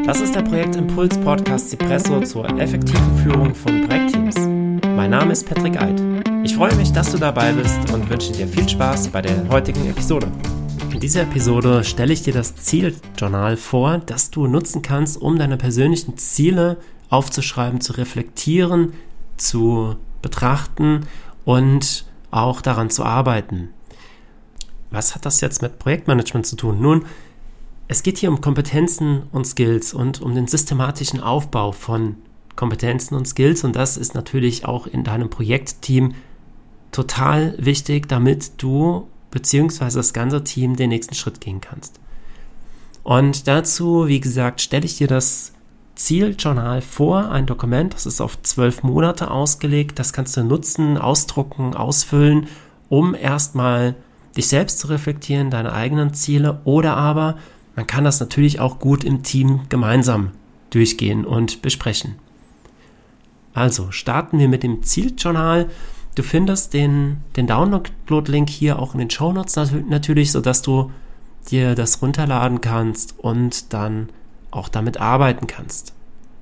Das ist der Projektimpuls-Podcast Cipresso zur effektiven Führung von Projektteams. Mein Name ist Patrick Eid. Ich freue mich, dass du dabei bist und wünsche dir viel Spaß bei der heutigen Episode. In dieser Episode stelle ich dir das Zieljournal vor, das du nutzen kannst, um deine persönlichen Ziele aufzuschreiben, zu reflektieren, zu betrachten und auch daran zu arbeiten. Was hat das jetzt mit Projektmanagement zu tun? Nun, es geht hier um Kompetenzen und Skills und um den systematischen Aufbau von Kompetenzen und Skills, und das ist natürlich auch in deinem Projektteam total wichtig, damit du bzw. das ganze Team den nächsten Schritt gehen kannst. Und dazu, wie gesagt, stelle ich dir das Zieljournal vor, ein Dokument, das ist auf 12 Monate ausgelegt. Das kannst du nutzen, ausdrucken, ausfüllen, um erstmal dich selbst zu reflektieren, deine eigenen Ziele, oder aber man kann das natürlich auch gut im Team gemeinsam durchgehen und besprechen. Also starten wir mit dem Zieljournal. Du findest den Download-Link hier auch in den Shownotes natürlich, sodass du dir das runterladen kannst und dann auch damit arbeiten kannst.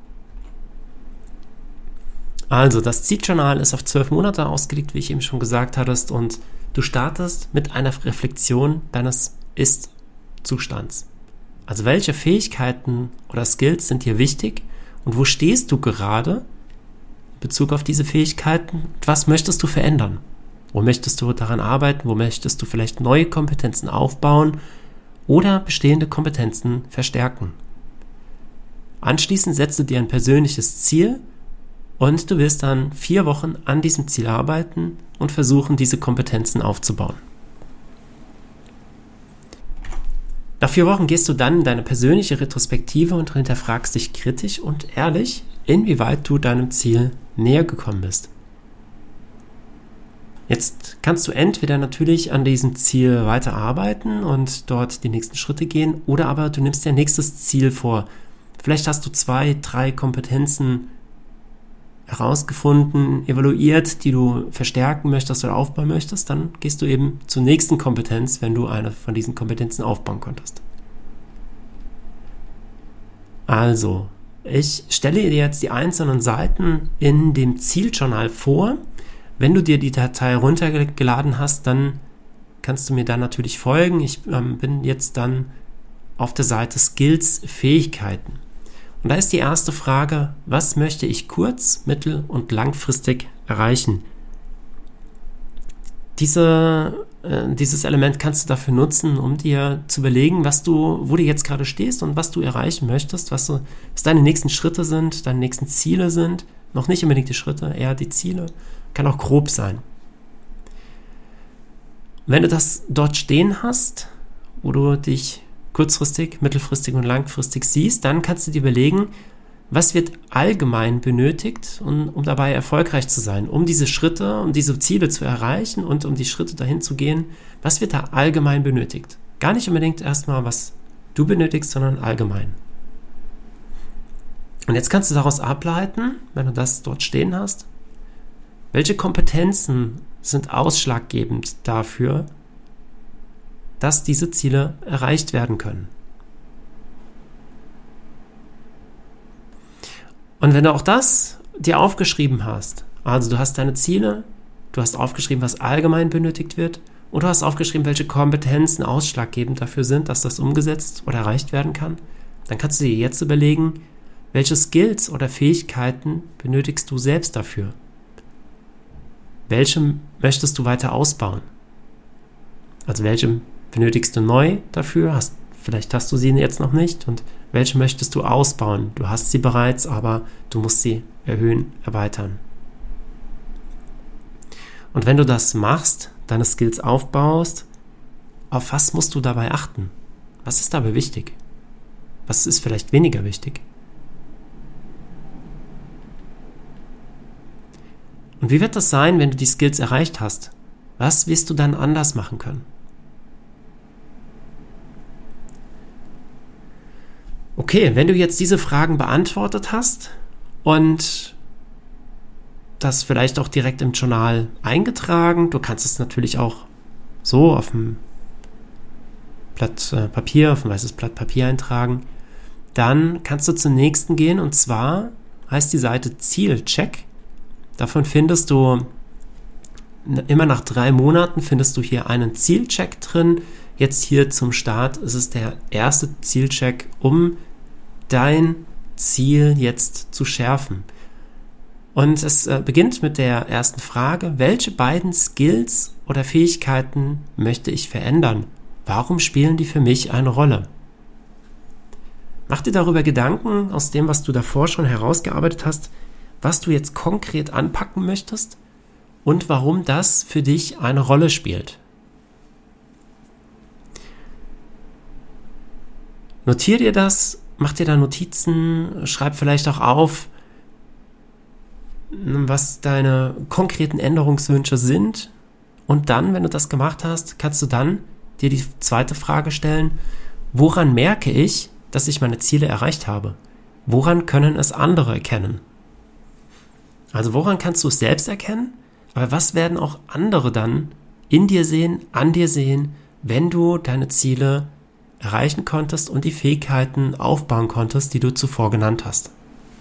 Also das Zieljournal ist auf 12 Monate ausgelegt, wie ich eben schon gesagt hattest, und du startest mit einer Reflexion deines Ist-Zustands. Also welche Fähigkeiten oder Skills sind dir wichtig und wo stehst du gerade in Bezug auf diese Fähigkeiten? Was möchtest du verändern? Wo möchtest du daran arbeiten? Wo möchtest du vielleicht neue Kompetenzen aufbauen oder bestehende Kompetenzen verstärken? Anschließend setzt du dir ein persönliches Ziel und du wirst dann 4 Wochen an diesem Ziel arbeiten und versuchen, diese Kompetenzen aufzubauen. Nach 4 Wochen gehst du dann in deine persönliche Retrospektive und hinterfragst dich kritisch und ehrlich, inwieweit du deinem Ziel näher gekommen bist. Jetzt kannst du entweder natürlich an diesem Ziel weiterarbeiten und dort die nächsten Schritte gehen, oder aber du nimmst dir ein nächstes Ziel vor. Vielleicht hast du 2, 3 Kompetenzen herausgefunden, evaluiert, die du verstärken möchtest oder aufbauen möchtest, dann gehst du eben zur nächsten Kompetenz, wenn du eine von diesen Kompetenzen aufbauen konntest. Also, ich stelle dir jetzt die einzelnen Seiten in dem Zieljournal vor. Wenn du dir die Datei runtergeladen hast, dann kannst du mir dann natürlich folgen. Ich bin jetzt dann auf der Seite Skills, Fähigkeiten. Und da ist die erste Frage: Was möchte ich kurz-, mittel- und langfristig erreichen? Dieses Element kannst du dafür nutzen, um dir zu überlegen, wo du jetzt gerade stehst und was du erreichen möchtest, was deine nächsten Schritte sind, deine nächsten Ziele sind. Noch nicht unbedingt die Schritte, eher die Ziele. Kann auch grob sein. Wenn du das dort stehen hast, wo du dich kurzfristig, mittelfristig und langfristig siehst, dann kannst du dir überlegen, was wird allgemein benötigt, um dabei erfolgreich zu sein, um diese Schritte, um diese Ziele zu erreichen und um die Schritte dahin zu gehen. Was wird da allgemein benötigt? Gar nicht unbedingt erstmal, was du benötigst, sondern allgemein. Und jetzt kannst du daraus ableiten, wenn du das dort stehen hast, welche Kompetenzen sind ausschlaggebend dafür, dass diese Ziele erreicht werden können. Und wenn du auch das dir aufgeschrieben hast, also du hast deine Ziele, du hast aufgeschrieben, was allgemein benötigt wird, und du hast aufgeschrieben, welche Kompetenzen ausschlaggebend dafür sind, dass das umgesetzt oder erreicht werden kann, dann kannst du dir jetzt überlegen, welche Skills oder Fähigkeiten benötigst du selbst dafür? Welche möchtest du weiter ausbauen? Also welche benötigst du neu dafür? Vielleicht hast du sie jetzt noch nicht. Und welche möchtest du ausbauen? Du hast sie bereits, aber du musst sie erhöhen, erweitern. Und wenn du das machst, deine Skills aufbaust, auf was musst du dabei achten? Was ist dabei wichtig? Was ist vielleicht weniger wichtig? Und wie wird das sein, wenn du die Skills erreicht hast? Was wirst du dann anders machen können? Okay, wenn du jetzt diese Fragen beantwortet hast und das vielleicht auch direkt im Journal eingetragen, du kannst es natürlich auch so auf dem Blatt Papier, auf ein weißes Blatt Papier eintragen, dann kannst du zum nächsten gehen, und zwar heißt die Seite Zielcheck. Davon findest du immer nach 3 Monaten findest du hier einen Zielcheck drin. Jetzt hier zum Start ist es der erste Zielcheck, um dein Ziel jetzt zu schärfen. Und es beginnt mit der ersten Frage: Welche beiden Skills oder Fähigkeiten möchte ich verändern? Warum spielen die für mich eine Rolle? Mach dir darüber Gedanken, aus dem, was du davor schon herausgearbeitet hast, was du jetzt konkret anpacken möchtest und warum das für dich eine Rolle spielt. Notier dir das, mach dir da Notizen, schreib vielleicht auch auf, was deine konkreten Änderungswünsche sind, und dann, wenn du das gemacht hast, kannst du dann dir die zweite Frage stellen: Woran merke ich, dass ich meine Ziele erreicht habe? Woran können es andere erkennen? Also woran kannst du es selbst erkennen, aber was werden auch andere dann in dir sehen, an dir sehen, wenn du deine Ziele erreichen konntest und die Fähigkeiten aufbauen konntest, die du zuvor genannt hast?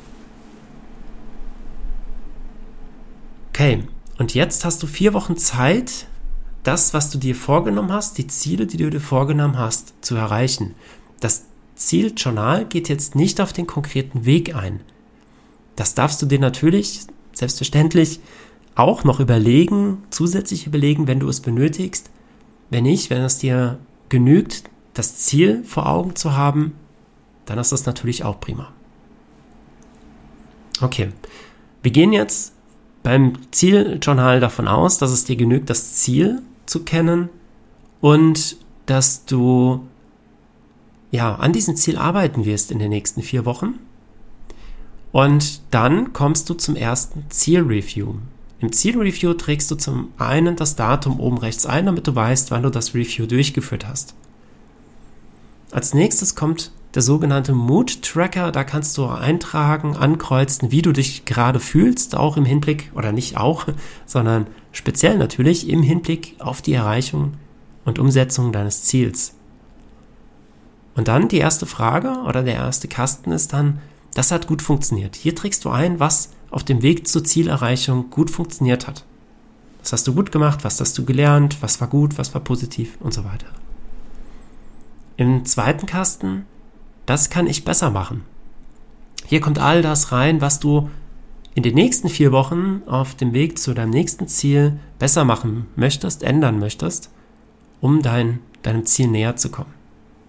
Okay, und jetzt hast du 4 Wochen Zeit, das, was du dir vorgenommen hast, die Ziele, die du dir vorgenommen hast, zu erreichen. Das Zieljournal geht jetzt nicht auf den konkreten Weg ein. Das darfst du dir natürlich, selbstverständlich, auch noch zusätzlich überlegen, wenn du es benötigst. Wenn nicht, wenn es dir genügt, das Ziel vor Augen zu haben, dann ist das natürlich auch prima. Okay, wir gehen jetzt beim Zieljournal davon aus, dass es dir genügt, das Ziel zu kennen und dass du an diesem Ziel arbeiten wirst in den nächsten 4 Wochen. Und dann kommst du zum ersten Zielreview. Im Zielreview trägst du zum einen das Datum oben rechts ein, damit du weißt, wann du das Review durchgeführt hast. Als nächstes kommt der sogenannte Mood Tracker. Da kannst du eintragen, ankreuzen, wie du dich gerade fühlst, auch im Hinblick, oder nicht auch, sondern speziell natürlich im Hinblick auf die Erreichung und Umsetzung deines Ziels. Und dann die erste Frage oder der erste Kasten ist dann: Das hat gut funktioniert. Hier trägst du ein, was auf dem Weg zur Zielerreichung gut funktioniert hat. Was hast du gut gemacht, was hast du gelernt, was war gut, was war positiv und so weiter. Im zweiten Kasten: Das kann ich besser machen. Hier kommt all das rein, was du in den nächsten 4 Wochen auf dem Weg zu deinem nächsten Ziel besser machen möchtest, ändern möchtest, um deinem Ziel näher zu kommen.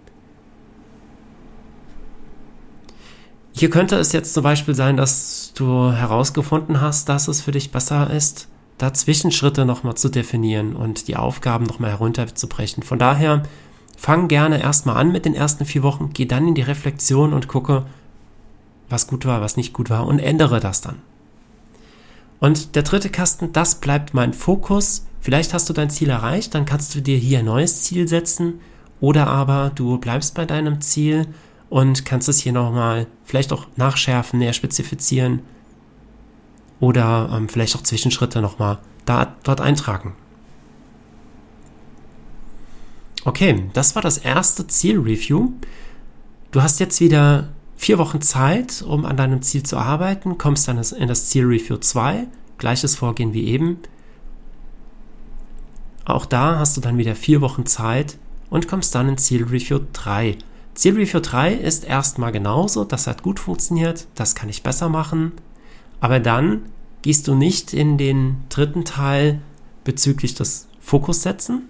Hier könnte es jetzt zum Beispiel sein, dass du herausgefunden hast, dass es für dich besser ist, da Zwischenschritte nochmal zu definieren und die Aufgaben nochmal herunterzubrechen. Von daher, fang gerne erstmal an mit den ersten 4 Wochen, geh dann in die Reflexion und gucke, was gut war, was nicht gut war, und ändere das dann. Und der dritte Kasten: Das bleibt mein Fokus. Vielleicht hast du dein Ziel erreicht, dann kannst du dir hier ein neues Ziel setzen, oder aber du bleibst bei deinem Ziel und kannst es hier nochmal vielleicht auch nachschärfen, näher spezifizieren oder vielleicht auch Zwischenschritte nochmal dort eintragen. Okay, das war das erste Zielreview. Du hast jetzt wieder 4 Wochen Zeit, um an deinem Ziel zu arbeiten, kommst dann in das Zielreview 2, gleiches Vorgehen wie eben. Auch da hast du dann wieder 4 Wochen Zeit und kommst dann in Zielreview 3. Zielreview 3 ist erstmal genauso, das hat gut funktioniert, das kann ich besser machen, aber dann gehst du nicht in den dritten Teil bezüglich des Fokussetzen,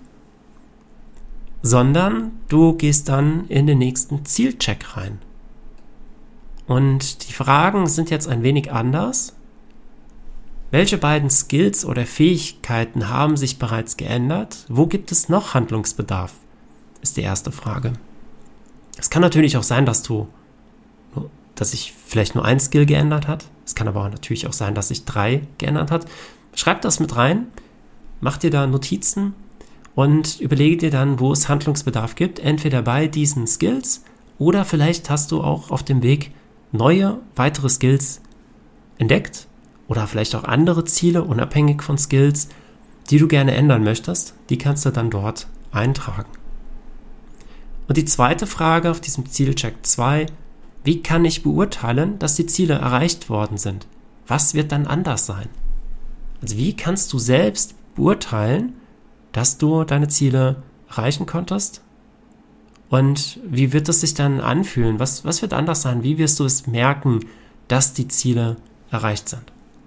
sondern du gehst dann in den nächsten Zielcheck rein. Und die Fragen sind jetzt ein wenig anders. Welche beiden Skills oder Fähigkeiten haben sich bereits geändert? Wo gibt es noch Handlungsbedarf? Ist die erste Frage. Es kann natürlich auch sein, dass sich vielleicht nur ein Skill geändert hat. Es kann aber auch natürlich auch sein, dass sich 3 geändert hat. Schreib das mit rein, mach dir da Notizen und überlege dir dann, wo es Handlungsbedarf gibt. Entweder bei diesen Skills oder vielleicht hast du auch auf dem Weg weitere Skills entdeckt oder vielleicht auch andere Ziele, unabhängig von Skills, die du gerne ändern möchtest. Die kannst du dann dort eintragen. Und die zweite Frage auf diesem Zielcheck 2: Wie kann ich beurteilen, dass die Ziele erreicht worden sind? Was wird dann anders sein? Also wie kannst du selbst beurteilen, dass du deine Ziele erreichen konntest? Und wie wird es sich dann anfühlen? Was wird anders sein? Wie wirst du es merken, dass die Ziele erreicht sind?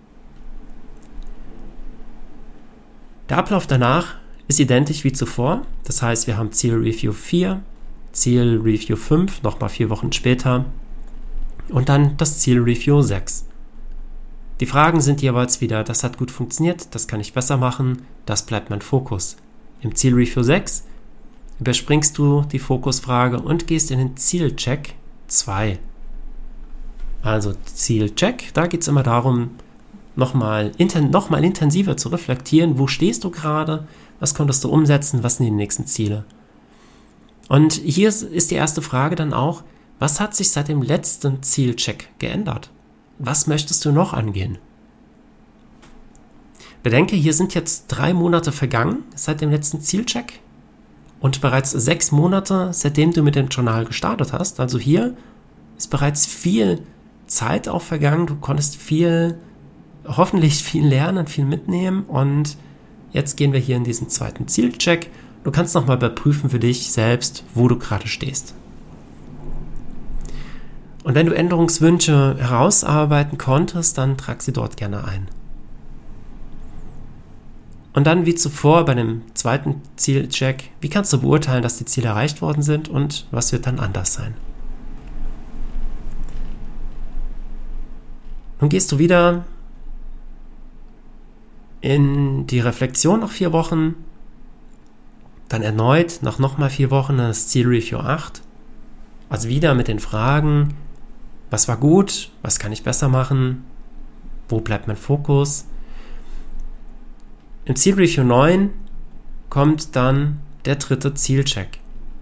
Der Ablauf danach ist identisch wie zuvor. Das heißt, wir haben Ziel-Review 4, Ziel-Review 5, nochmal 4 Wochen später und dann das Ziel-Review 6. Die Fragen sind jeweils wieder, das hat gut funktioniert, das kann ich besser machen, das bleibt mein Fokus. Im Ziel-Review 6 überspringst du die Fokusfrage und gehst in den Zielcheck 2. Also Zielcheck, da geht es immer darum, nochmal intensiver zu reflektieren, wo stehst du gerade, was konntest du umsetzen, was sind die nächsten Ziele. Und hier ist die erste Frage dann auch, was hat sich seit dem letzten Zielcheck geändert? Was möchtest du noch angehen? Bedenke, hier sind jetzt 3 Monate vergangen seit dem letzten Zielcheck und bereits 6 Monate, seitdem du mit dem Journal gestartet hast. Also hier ist bereits viel Zeit auch vergangen. Du konntest hoffentlich viel lernen, viel mitnehmen und jetzt gehen wir hier in diesen zweiten Zielcheck. Du kannst nochmal überprüfen für dich selbst, wo du gerade stehst. Und wenn du Änderungswünsche herausarbeiten konntest, dann trag sie dort gerne ein. Und dann wie zuvor bei dem zweiten Zielcheck, wie kannst du beurteilen, dass die Ziele erreicht worden sind und was wird dann anders sein? Nun gehst du wieder in die Reflexion nach 4 Wochen, dann erneut nach nochmal 4 Wochen das Ziel-Review 8, also wieder mit den Fragen, was war gut, was kann ich besser machen, wo bleibt mein Fokus. Im Ziel-Review 9 kommt dann der 3. Zielcheck.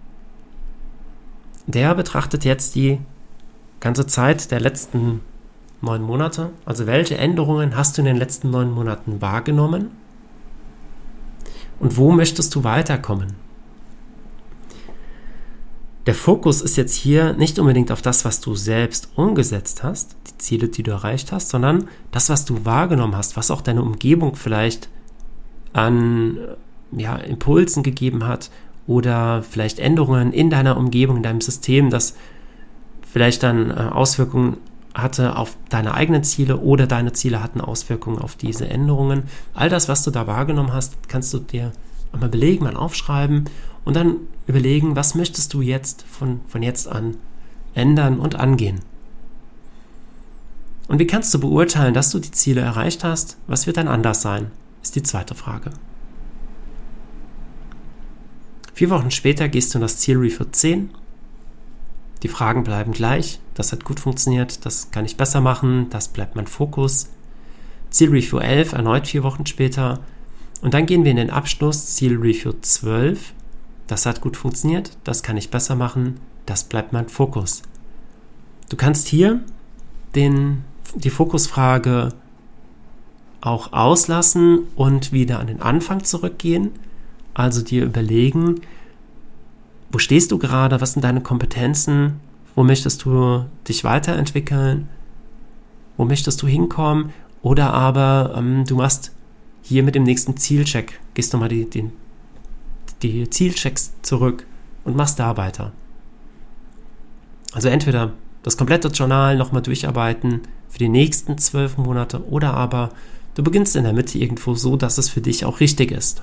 Der betrachtet jetzt die ganze Zeit der letzten 9 Monate. Also welche Änderungen hast du in den letzten 9 Monaten wahrgenommen? Und wo möchtest du weiterkommen? Der Fokus ist jetzt hier nicht unbedingt auf das, was du selbst umgesetzt hast, die Ziele, die du erreicht hast, sondern das, was du wahrgenommen hast, was auch deine Umgebung vielleicht an Impulsen gegeben hat oder vielleicht Änderungen in deiner Umgebung, in deinem System, das vielleicht dann Auswirkungen hatte auf deine eigenen Ziele oder deine Ziele hatten Auswirkungen auf diese Änderungen. All das, was du da wahrgenommen hast, kannst du dir einmal belegen, mal aufschreiben und dann überlegen, was möchtest du jetzt von jetzt an ändern und angehen. Und wie kannst du beurteilen, dass du die Ziele erreicht hast? Was wird dann anders sein? Ist die zweite Frage. 4 Wochen später gehst du in das Ziel-Review 10. Die Fragen bleiben gleich. Das hat gut funktioniert, das kann ich besser machen, das bleibt mein Fokus. Ziel-Review 11, erneut 4 Wochen später. Und dann gehen wir in den Abschluss, Ziel-Review 12. Das hat gut funktioniert, das kann ich besser machen, das bleibt mein Fokus. Du kannst hier die Fokusfrage auch auslassen und wieder an den Anfang zurückgehen. Also dir überlegen, wo stehst du gerade, was sind deine Kompetenzen, wo möchtest du dich weiterentwickeln, wo möchtest du hinkommen oder aber du machst hier mit dem nächsten Zielcheck, gehst nochmal die Zielchecks zurück und machst da weiter. Also entweder das komplette Journal nochmal durcharbeiten für die nächsten 12 Monate oder aber du beginnst in der Mitte irgendwo so, dass es für dich auch richtig ist.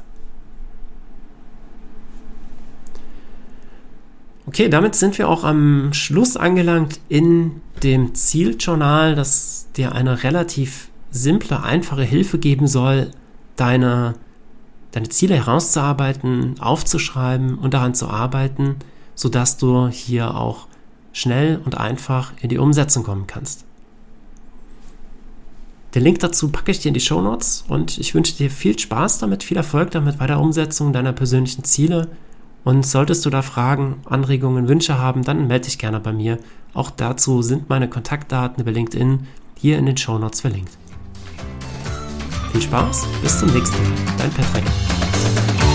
Okay, damit sind wir auch am Schluss angelangt in dem Zieljournal, das dir eine relativ simple, einfache Hilfe geben soll, deine Ziele herauszuarbeiten, aufzuschreiben und daran zu arbeiten, sodass du hier auch schnell und einfach in die Umsetzung kommen kannst. Den Link dazu packe ich dir in die Shownotes und ich wünsche dir viel Spaß damit, viel Erfolg damit bei der Umsetzung deiner persönlichen Ziele. Und solltest du da Fragen, Anregungen, Wünsche haben, dann melde dich gerne bei mir. Auch dazu sind meine Kontaktdaten über LinkedIn hier in den Shownotes verlinkt. Viel Spaß, bis zum nächsten Mal. Dein Patrick.